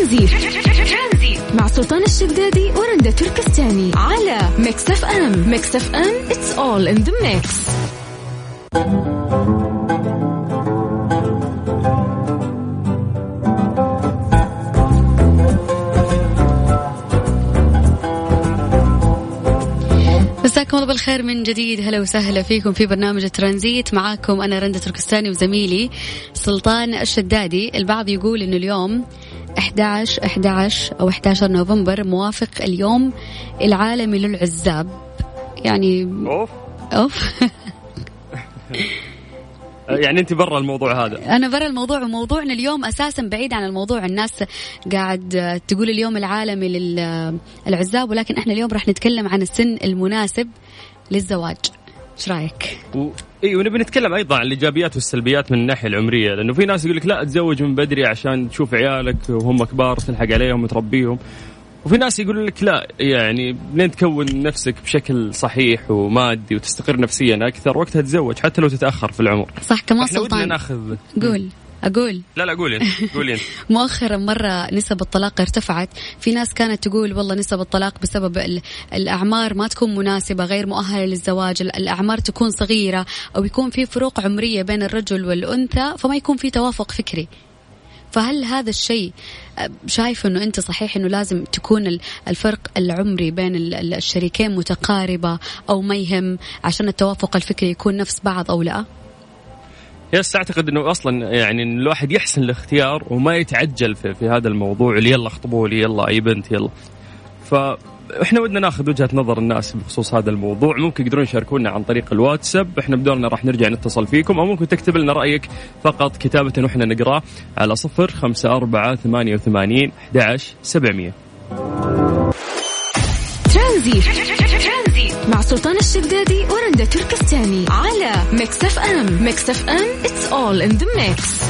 ترانزيت مع سلطان الشدادي ورندا تركستاني على ميكس اف ام. ميكس اف ام it's all in the mix. مساكم الله بالخير من جديد. هلا وسهلا فيكم في برنامج ترانزيت. معاكم أنا رندا تركستاني وزميلي سلطان الشدادي. البعض يقول إنه اليوم 11 أو 11 نوفمبر موافق اليوم العالمي للعزاب. يعني أوف يعني أنت برا الموضوع هذا. أنا برا الموضوع، وموضوعنا اليوم أساسا بعيد عن الموضوع. الناس قاعد تقول اليوم العالمي للعزاب، ولكن إحنا اليوم راح نتكلم عن السن المناسب للزواج. إيش رأيك؟ ونبي نتكلم أيضا عن الإيجابيات والسلبيات من الناحية العمرية، لأنه في ناس يقول لك لا تزوج من بدري عشان تشوف عيالك وهم كبار تلحق عليهم وتربيهم، وفي ناس يقول لك لا، يعني لين تكون نفسك بشكل صحيح ومادي وتستقر نفسيا أكثر وقتها تتزوج حتى لو تتأخر في العمر. صح كمان سلطان. أقول لا قولي مؤخرا مرة نسب الطلاق ارتفعت. في ناس كانت تقول والله نسب الطلاق بسبب الأعمار ما تكون مناسبة، غير مؤهلة للزواج، الأعمار تكون صغيرة أو يكون في فروق عمرية بين الرجل والأنثى، فما يكون في توافق فكري. فهل هذا الشيء شايف أنه أنت صحيح أنه لازم تكون الفرق العمري بين الشريكين متقاربة أو ما يهم عشان التوافق الفكري يكون نفس بعض أو لا؟ يس، أعتقد أنه أصلا يعني إن الواحد يحسن الاختيار وما يتعجل في هذا الموضوع اللي يلا اخطبوا لي يلا أي بنت يلا. فإحنا ودنا ناخذ وجهة نظر الناس بخصوص هذا الموضوع. ممكن يقدرون يشاركونا عن طريق الواتساب، إحنا بدورنا راح نرجع نتصل فيكم، أو ممكن تكتب لنا رأيك فقط كتابة وإحنا نقرأ على 0548811700. ترانزيت مع سلطان الشدادي ورندا تركستاني على ميكس اف ام. ميكس اف ام it's all in the mix.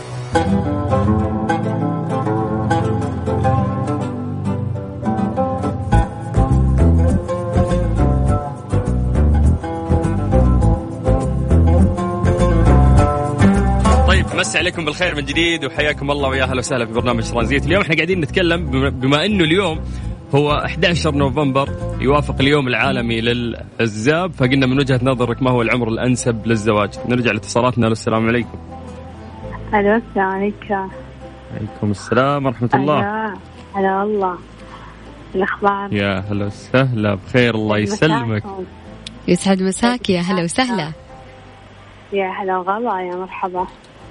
طيب مسي عليكم بالخير من جديد وحياكم الله ويا اهلا وسهلا في برنامج ترانزيت. اليوم احنا قاعدين نتكلم بما انه اليوم هو 11 نوفمبر يوافق اليوم العالمي للعزاب، فقلنا من وجهة نظرك ما هو العمر الأنسب للزواج. نرجع لاتصالاتنا. السلام عليكم. الو السلام عليكم. عليكم السلام ورحمة الله. هلا والله، الأخبار؟ يا هلا وسهلا بخير الله يسلمك. يسعد مساك يا هلا وسهلا. يا هلا وغلا، يا مرحبا.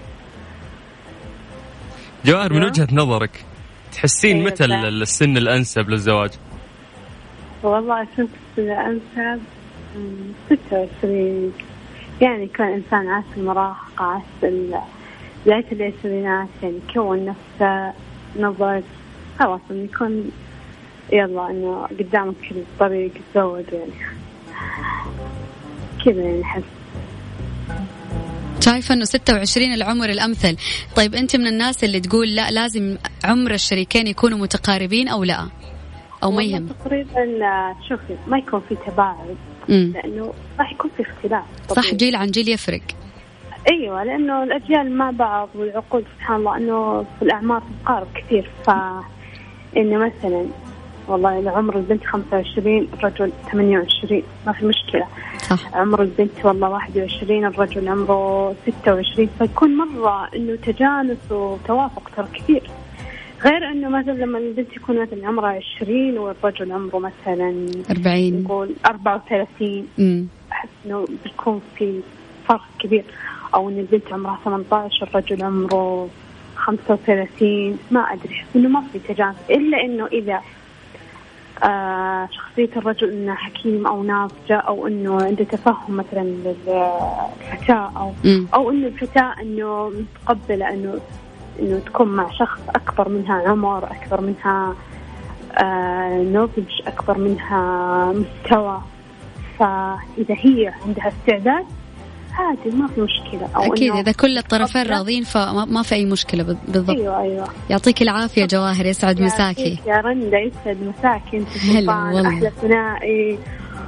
جواهر من وجهة نظرك تحسين متى السن الأنسب للزواج؟ والله أشوف السن الأنسب 26، يعني يكون إنسان عاش المراهقة، عاش بداية العشرينات، يعني كون نفسه، نضج، خلاص إنه يكون يلا إنه قدامك الطريق تزوج، يعني كذا يعني أحس. شايفة أنه 26 العمر الأمثل. طيب أنت من الناس اللي تقول لا لازم عمر الشريكين يكونوا متقاربين أو لا أو ما يهم؟ تقريبا شوفي ما يكون في تباعد، لأنه راح يكون في اختلاف. صح، جيل عن جيل يفرق. أيوة، لأنه الأجيال مع بعض والعقول سبحان الله أنه في الأعمار تتقارب كثير. فإنه مثلا والله العمر البنت 25 الرجل 28 ما في مشكلة. صح. عمر البنت والله 21 الرجل عمره 26، فيكون مرة إنه تجانس وتوافق ترى كثير. غير إنه مثلا لما البنت يكون مثلا عمرها 20 والرجل عمره مثلا 40 نقول 34، أحس إنه بيكون في فرق كبير. أو إن البنت عمرها 18 الرجل عمره 35، ما أدري، أحس إنه ما في تجانس، إلا إنه إذا شخصية الرجل إنه حكيم أو ناضجة، أو إنه عنده تفهم مثلا للفتاة، أو إنه الفتاة إنه متقبلة إنه تكون مع شخص أكبر منها عمر، أكبر منها نضج، أكبر منها مستوى. فإذا هي عندها استعداد عادي ما في مشكلة. أو أكيد إذا كل الطرفين راضين فما في أي مشكلة. بالضبط. أيوة. يعطيك العافية جواهر، يسعد مساكي. يا رندا يسعد مساكي، انت هلا والله. أحلى ثنائي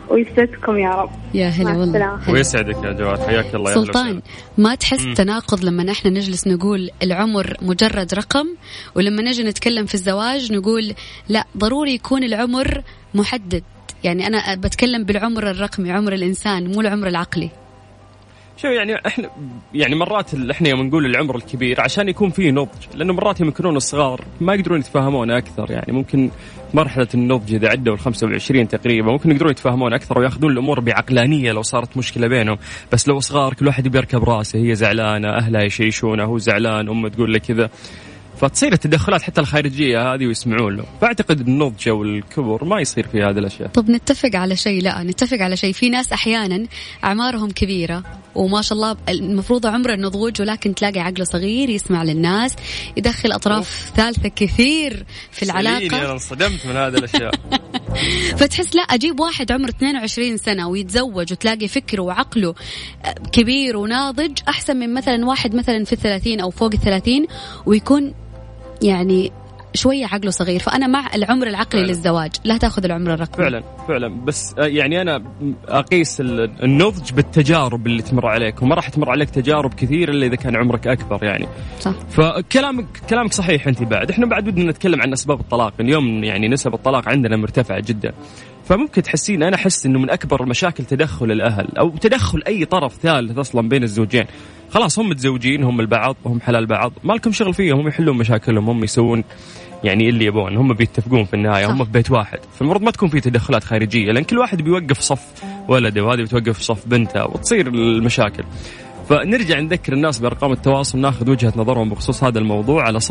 ويسعدكم يا رب. يا هلا والله. ويسعدك يا جواد، حياك الله. سلطان، ما تحس تناقض لما احنا نجلس نقول العمر مجرد رقم، ولما نجي نتكلم في الزواج نقول لا ضروري يكون العمر محدد؟ يعني أنا بتكلم بالعمر الرقمي، عمر الإنسان مو العمر العقلي. شو يعني احنا يعني مرات احنا يوم نقول العمر الكبير عشان يكون فيه نضج، لانه مرات يمكنون الصغار ما يقدرون يتفاهمون اكثر. يعني ممكن مرحله النضج اذا عدوا 25 تقريبا ممكن يقدرون يتفاهمون اكثر وياخذون الامور بعقلانيه لو صارت مشكله بينهم. بس لو صغار كل واحد بيركب راسه، هي زعلانه، اهلها يشيشونه، هو زعلان، امه تقول له كذا، فتصير التدخلات حتى الخارجية هذه ويسمعون له. فأعتقد النضج أو الكبر ما يصير في هذه الأشياء. طب نتفق على شيء؟ لا نتفق على شيء. في ناس أحيانا أعمارهم كبيرة وما شاء الله المفروض عمره النضوج، ولكن تلاقي عقله صغير، يسمع للناس، يدخل أطراف ثالثة كثير في العلاقة. أنا انصدمت من هذه الأشياء. فتحس لا أجيب واحد عمره 22 سنة ويتزوج وتلاقي فكره وعقله كبير وناضج أحسن من مثلا واحد مثلا في 30 أو فوق 30 ويكون يعني شوية عقله صغير. فأنا مع العمر العقلي للزواج، لا تأخذ العمر الرقمي. فعلا بس يعني أنا أقيس النضج بالتجارب اللي تمر عليك، وما راح تمر عليك تجارب كثير إلا إذا كان عمرك أكبر يعني. صح. فكلامك صحيح. أنت إحنا بعد بدنا نتكلم عن أسباب الطلاق. اليوم يعني نسب الطلاق عندنا مرتفعة جدا، فممكن تحسين، أنا أحس إنه من أكبر مشاكل تدخل الأهل أو تدخل أي طرف ثالث أصلا بين الزوجين. خلاص هم متزوجين، هم البعض، هم حلال بعض، ما لكم شغل فيهم، هم يحلون مشاكلهم، هم يسوون يعني اللي يبون، هم بيتفقون في النهاية. صح. هم في بيت واحد، فالمفروض ما تكون في تدخلات خارجية، لأن كل واحد بيوقف صف ولده وهذه بتوقف صف بنتها وتصير المشاكل. فنرجع نذكر الناس بأرقام التواصل، ناخذ وجهة نظرهم بخصوص هذا الموضوع على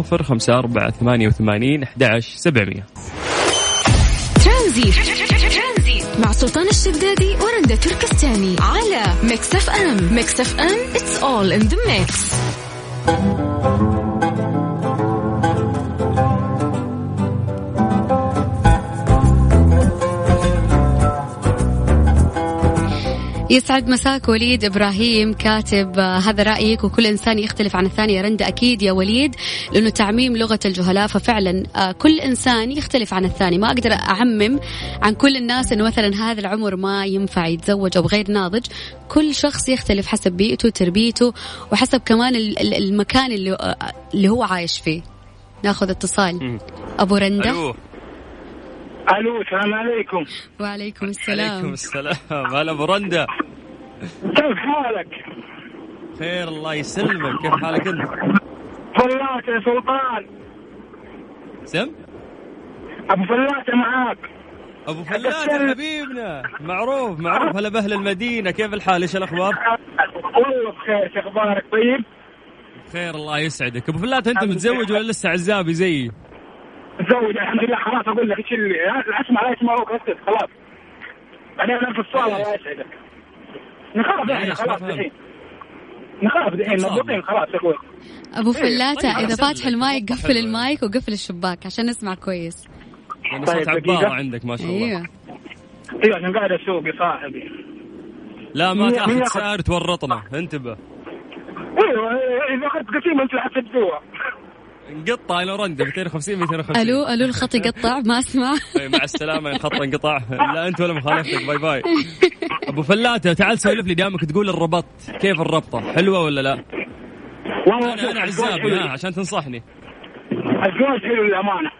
0548881700. مع سلطان الشدادي ورندا تركستاني على ميكس اف ام. ميكس اف ام it's all in the mix. يسعد مساك وليد إبراهيم، كاتب هذا رأيك وكل إنسان يختلف عن الثاني. يا رندا أكيد يا وليد، لأنه تعميم لغة الجهلاء، ففعلا كل إنسان يختلف عن الثاني. ما أقدر أعمم عن كل الناس أنه مثلا هذا العمر ما ينفع يتزوج أو غير ناضج. كل شخص يختلف حسب بيئته تربيته وحسب كمان المكان اللي هو عايش فيه. ناخذ اتصال. أبو رندا. الو السلام عليكم. وعليكم السلام. وعليكم السلام. هلا ابو رندا، كيف حالك؟ خير الله يسلمك، كيف حالك انت؟ فلاح يا سلطان. سم ابو فلاح معاك. ابو فلاح حبيبنا، معروف. هلا باهل المدينه، كيف الحال؟ ايش الاخبار؟ والله بخير، شو اخبارك؟ طيب خير الله يسعدك. ابو فلاح انت متزوج ولا لسه عزابي زيي؟ متزوج الحمد لله. خلاص اقول لك ايش اللي اسمع لا يسمعوك اسكت خلاص. بعدين انا في الصاله الله يسعدك. نخاف احنا خلاص الحين، نخاف الحين مضبوطين خلاص يا اخوي. ابو فلاته اذا فاتح المايك قفل المايك وقفل الشباك عشان نسمع كويس. يعني صوت عبارة عندك ما شاء الله. ايوه عشان قاعد اسوق يا صاحبي. لا ما تاخذ سعر تورطنا، انتبه. ايوه اذا اخذت قسيمه انت حتدفوها. انقطع لو رندا 250. الو الخط يقطع ما اسمع. مع السلامه، الخط انقطع. لا انت ولا مخالفتك، باي باي. ابو فلاته تعال سولف لي، دامك تقول الربط، كيف الربطه؟ حلوه ولا لا؟ والله انا عزابي عشان تنصحني. الزواج حلو للامانه.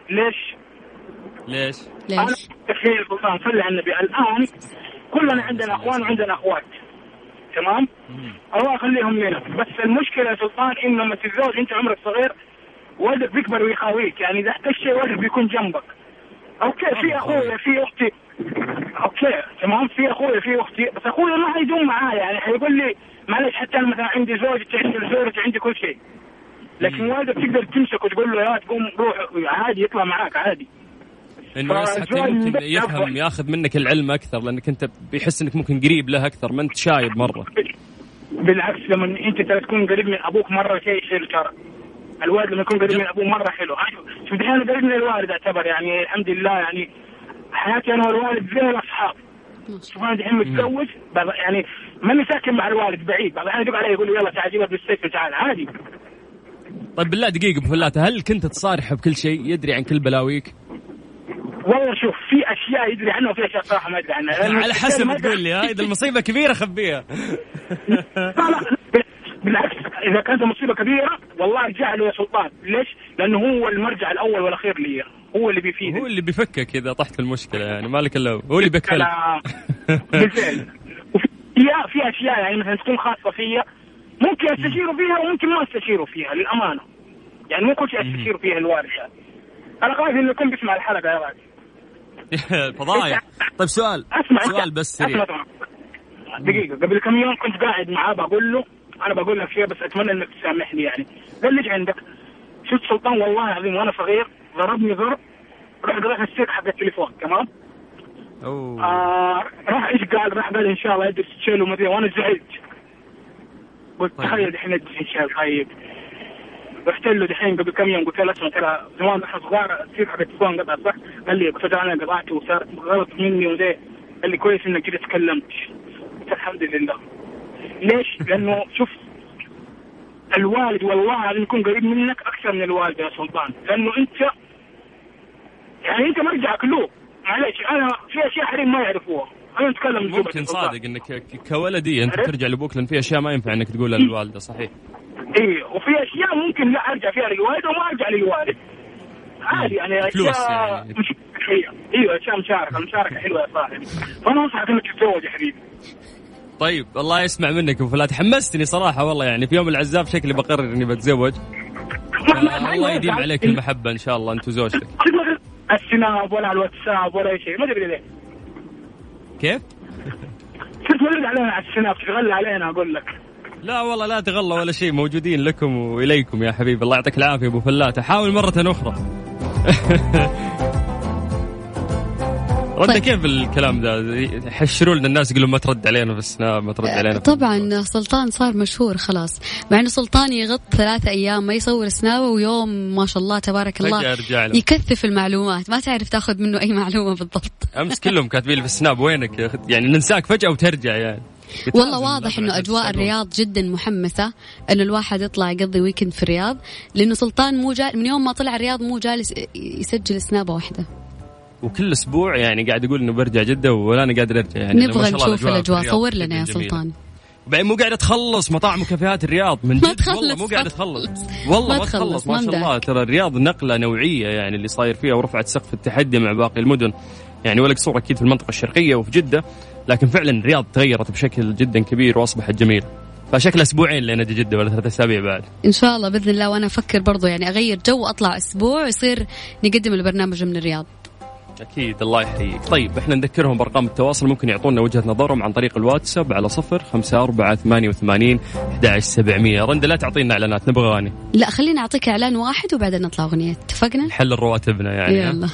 ليش؟ انا تخيل سلطان صلي على النبي. الان كلنا عندنا اخوان وعندنا اخوات، تمام؟ الله يخليهم لنا. بس المشكله يا سلطان انه لما تتزوج انت عمرك صغير والدك بيكبر ويخاويك، يعني اذا احتجت شيء والدك بيكون جنبك. اوكي في اخويا في اختي، اوكي تمام، في اخويا في اختي، بس اخويا ما حيدوم معايا، يعني حيقول لي معلش حتى انا مثلا عندي زوجتي عندي زوجتي عندي كل شيء، لكن والدك تقدر تمسك وتقول له يا تقوم روح عادي يطلع معاك عادي. انه بس حتى ممكن يفهم ياخذ منك العلم اكثر، لانك انت بيحس انك ممكن قريب له اكثر، ما انت شايب مره. بالعكس لما انت تكون قريب من ابوك مره شيء حلو ترى. الوالد لما يكون قريب من ابوه مره حلو. شوف دحين انا قريب من الوالد اعتبر، يعني الحمد لله، يعني حياتي انا والوالد زي الاصحاب. شوف انا دحين متزوج يعني ماني ساكن مع الوالد بعيد، بعض الاحيان يجيب علي يقول لي يلا تعال جيبها بالسيف تعال عادي. طيب بالله دقيقه ابو فلاته، هل كنت تصارحه بكل شيء؟ يدري عن كل بلاويك؟ والله شوف في اشياء يدري عنها وفي اشياء صراحه ما يدري عنها على حسب تقول لي. اذا المصيبه كبيره خبيها. لا بالعكس اذا كانت مصيبه كبيره والله ارجع له يا سلطان. ليش؟ لانه هو المرجع الاول والاخير لي، هو اللي بيفيد، هو اللي بيفكك اذا طحت المشكله يعني مالك الا هو اللي بيكفل. بالفعل. وفي اشياء يعني مثلا تكون خاصه فيا ممكن استشيره فيها وممكن ما استشيره فيها للامانه، يعني مو كل شيء استشيره فيها الوالد. انا خايف انه يكون بيسمع الحلقه يا راجل. فضايح. طيب سؤال بس سريع. دقيقه قبل كم يوم كنت قاعد معاه بقول له انا بقول لك شيء بس اتمنى انك تسامحني يعني. قال لي ايش عندك؟ شفت سلطان والله العظيم وانا صغير ضربني ضرب راح قطع السلك حق التليفون. تمام. راح ايش قال؟ راح قال ان شاء الله يدرس تشيله مثلا وانا زعلت. قلت تخيل دحين ادرس ان شاء الله. طيب رحت له دحين قبل كم يوم قلت له اسمع ترى زمان احنا صغار السلك حق التليفون قطع صح؟ قال لي قلت له انا قطعته وصارت غلط مني وده. قال لي كويس انك جيت تكلمت. الحمد لله. ليش؟ لانه شوف الوالد والله لازم يكون قريب منك اكثر من الوالد يا سلطان، لانه انت يعني انت مرجعك له. معلش انا في اشياء حريم ما يعرفوها. انا اتكلم ممكن صادق انك كولدي انت ترجع لابوك لان في اشياء ما ينفع انك تقولها للوالده. صحيح. ايه وفي اشياء ممكن لا ارجع فيها للوالد وما ارجع للوالد عادي يعني اشياء يعني. ايوه اشياء مشاركه حلوه يا صاحبي. فانا انصحك انك تتزوج يا حبيبي. طيب الله يسمع منك وفلا تحمستني صراحة والله يعني في يوم العزاف شكلي بقرر إني بتزوج. الله يديم عليك المحبة إن شاء الله أنت وزوجتك. السناب ولا الواتساب ولا أي شيء ما أدري ليه. كيف؟ صرت مرد علينا على السناب تغلى علينا أقول لك. لا والله لا تغلى ولا شيء موجودين لكم وإليكم يا حبيبي. الله يعطيك العافية أبو فلاتة. حاول مرة أخرى. رد كيف الكلام ده؟ يحشروا لنا الناس يقولوا ما ترد علينا في السناب ما ترد علينا. طبعا سلطان صار مشهور خلاص، مع انه سلطان يغط 3 أيام ما يصور سناب ويوم ما شاء الله تبارك الله يكثف المعلومات ما تعرف تاخذ منه اي معلومة بالضبط. امس كلهم كاتبين في السناب وينك يعني ننساك فجأة وترجع يعني. والله واضح انه اجواء الرياض جدا محمسة انه الواحد يطلع يقضي ويكند في الرياض، لانه سلطان مو من يوم ما طلع الرياض مو جالس يسجل سنابة واحدة. وكل اسبوع يعني قاعد يقول انه برجع جدة ولا انا قادر ارجع يعني. نبغى نشوف الاجواء. صور لنا يا سلطان. بعدين مو قاعده تخلص مطاعم وكافيهات الرياض من جد والله مو قاعده تخلص والله ما تخلص ما شاء الله. ترى الرياض نقله نوعيه يعني اللي صاير فيها ورفعت سقف التحدي مع باقي المدن يعني. ولك صورة اكيد في المنطقه الشرقيه وفي جده، لكن فعلا الرياض تغيرت بشكل جدا كبير واصبحت جميله. فشكل اسبوعين لين اجي جده ولا 3 أسابيع بعد ان شاء الله باذن الله. وانا افكر برضو يعني اغير جو واطلع اسبوع يصير نقدم البرنامج من الرياض. أكيد الله يحييك. طيب إحنا نذكرهم بأرقام التواصل ممكن يعطونا وجهة نظرهم عن طريق الواتساب على 0548811700. رندا لا تعطينا إعلانات نبغى أغاني. لا خلينا أعطيك إعلان واحد وبعدين نطلع أغنية. اتفقنا؟ نحل الرواتبنا يعني. يلا.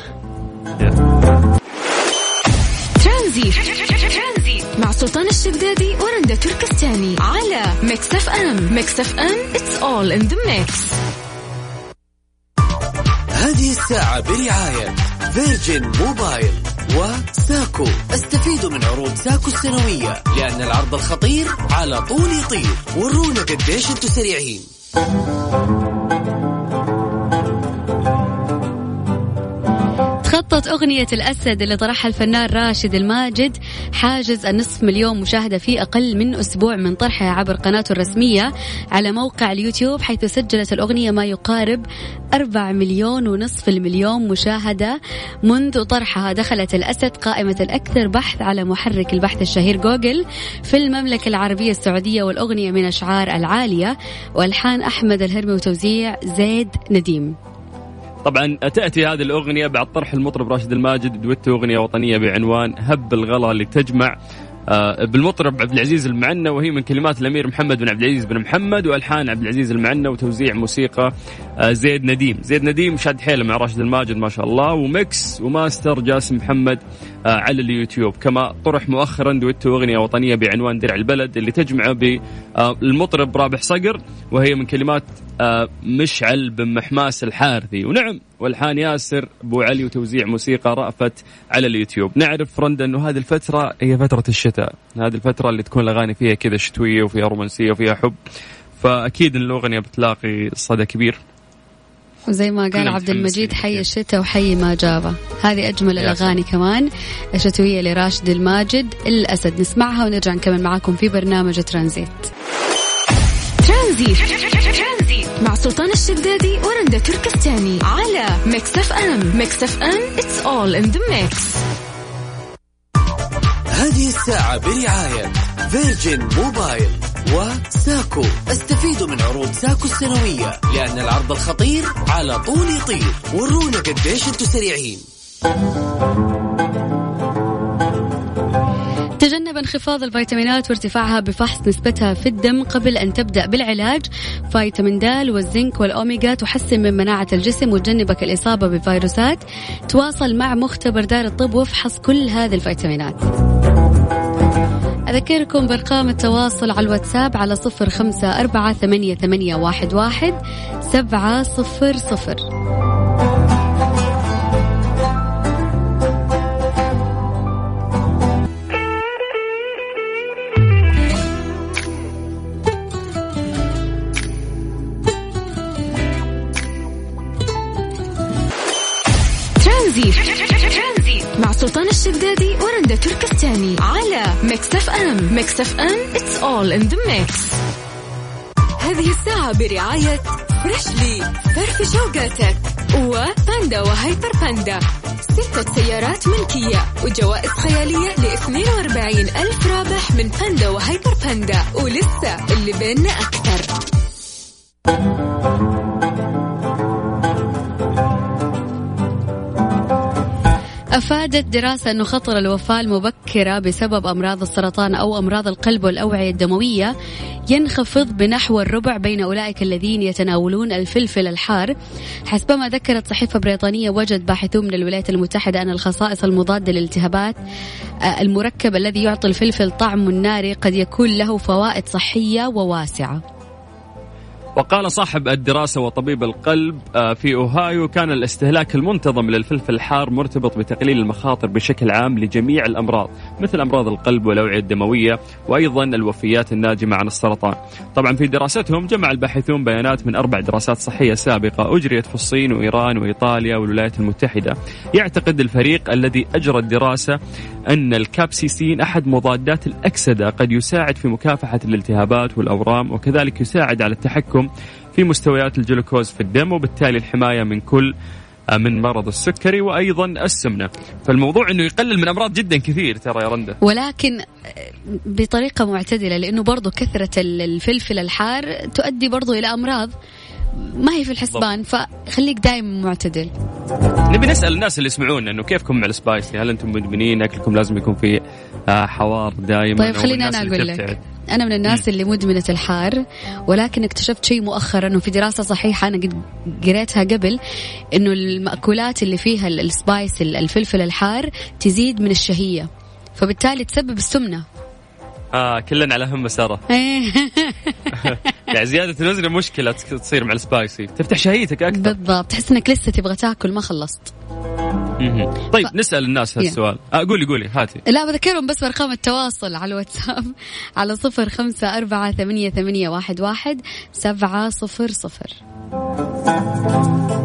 ترانزيت مع سلطان الشدادي ورندا تركستاني على ميكس اف ام. ميكس اف ام it's all in the mix. هذه الساعة برعاية فيرجن موبايل وساكو. استفيدوا من عروض ساكو السنوية لأن العرض الخطير على طول يطير. ورونا قديش انتوا سريعين. خطت أغنية الأسد اللي طرحها الفنان راشد الماجد حاجز 500,000 مشاهدة في أقل من أسبوع من طرحها عبر قناته الرسمية على موقع اليوتيوب، حيث سجلت الأغنية ما يقارب 4.5 مليون مشاهدة منذ طرحها. دخلت الأسد قائمة الأكثر بحث على محرك البحث الشهير جوجل في المملكة العربية السعودية، والأغنية من أشعار العالية وألحان أحمد الهرمي وتوزيع زيد نديم. طبعا تأتي هذه الأغنية بعد طرح المطرب راشد الماجد دويتو أغنية وطنية بعنوان هب الغلا، اللي تجمع بالمطرب عبد العزيز المعنى، وهي من كلمات الأمير محمد بن عبد العزيز بن محمد وألحان عبد العزيز المعنى وتوزيع موسيقى زيد نديم. زيد نديم شاد حيله مع راشد الماجد ما شاء الله، وميكس وماستر جاسم محمد على اليوتيوب. كما طرح مؤخرا دويتو أغنية وطنية بعنوان درع البلد، اللي تجمع بالمطرب رابح صقر، وهي من كلمات مشعل بن محماس الحارثي، ونعم والحان ياسر ابو علي وتوزيع موسيقى رأفت على اليوتيوب. نعرف رندا انه هذه الفتره هي فتره الشتاء، هذه الفتره اللي تكون الاغاني فيها كذا شتويه وفيها رومانسيه وفيها حب، فاكيد ان الاغنيه بتلاقي صدى كبير. وزي ما قال عبد المجيد حي الشتاء وحي ما جابه. هذه أجمل الأغاني كمان الشتوية لراشد الماجد الأسد. نسمعها ونرجع نكمل معاكم في برنامج ترانزيت مع سلطان الشدادي ورندا تركستاني على ميكس اف ام. ميكس اف ام it's all in the mix. هذه الساعة برعاية فيرجن موبايل وساكو. استفيدوا من عروض ساكو السنوية لأن العرض الخطير على طول يطير. ورونا قديش انتوا سريعين. تجنب انخفاض الفيتامينات وارتفاعها بفحص نسبتها في الدم قبل أن تبدأ بالعلاج. فيتامين د والزنك والأوميغا تحسن من مناعة الجسم وتجنبك الإصابة بفيروسات. تواصل مع مختبر دار الطب وافحص كل هذه الفيتامينات. أذكركم بأرقام التواصل على الواتساب على 0548811700. مع سلطان الشدادي ورندا تركستاني على ميكس اف ام. ميكس اف ام it's all in the mix. هذه الساعة برعاية فريشلي فرف شوقاتك وباندا وهيبر باندا 6 سيارات ملكية وجوائز خيالية ل42,000 رابح من باندا وهيبر باندا. ولسه اللي بيننا أكثر. أفادت دراسة أنه خطر الوفاة المبكرة بسبب أمراض السرطان أو أمراض القلب والأوعية الدموية ينخفض بنحو الربع بين أولئك الذين يتناولون الفلفل الحار. حسبما ذكرت صحيفة بريطانية وجد باحثون من الولايات المتحدة أن الخصائص المضادة للالتهابات المركب الذي يعطي الفلفل طعم ناري قد يكون له فوائد صحية وواسعة. وقال صاحب الدراسة وطبيب القلب في أوهايو كان الاستهلاك المنتظم للفلفل الحار مرتبط بتقليل المخاطر بشكل عام لجميع الأمراض مثل أمراض القلب والأوعية الدموية وأيضا الوفيات الناجمة عن السرطان. طبعا في دراستهم جمع الباحثون بيانات من 4 دراسات صحية سابقة أجريت في الصين وإيران وإيطاليا والولايات المتحدة. يعتقد الفريق الذي أجرى الدراسة أن الكابسيسين أحد مضادات الأكسدة قد يساعد في مكافحة الالتهابات والأورام وكذلك يساعد على التحكم في مستويات الجلوكوز في الدم وبالتالي الحماية من مرض السكري وأيضا السمنة. فالموضوع أنه يقلل من أمراض جدا كثير ترى يا رندا، ولكن بطريقة معتدلة لأنه برضو كثرة الفلفل الحار تؤدي برضو إلى أمراض ما هي في الحسبان. فخليك دائما معتدل. نبي نسأل الناس اللي يسمعون أنه كيفكم مع السبايسي؟ هل أنتم مدمنين أكلكم لازم يكون فيه حوار دائما؟ طيب خليني أنا أقول لك، أنا من الناس اللي مدمنة الحار، ولكن اكتشفت شيء مؤخرا أنه في دراسة صحيحة أنا قد قريتها قبل أنه المأكولات اللي فيها السبايس الفلفل الحار تزيد من الشهية فبالتالي تسبب السمنة. كلنا على هم سارة. يعني زيادة الوزن مشكلة تصير مع السبايسي، تفتح شهيتك أكثر. بالضبط، تحس إنك لسه تبغى تاكل ما خلصت. طيب نسأل الناس هالسؤال. قولي هاتي. لا بذكرهم بس أرقام التواصل على الواتساب على 0548811700.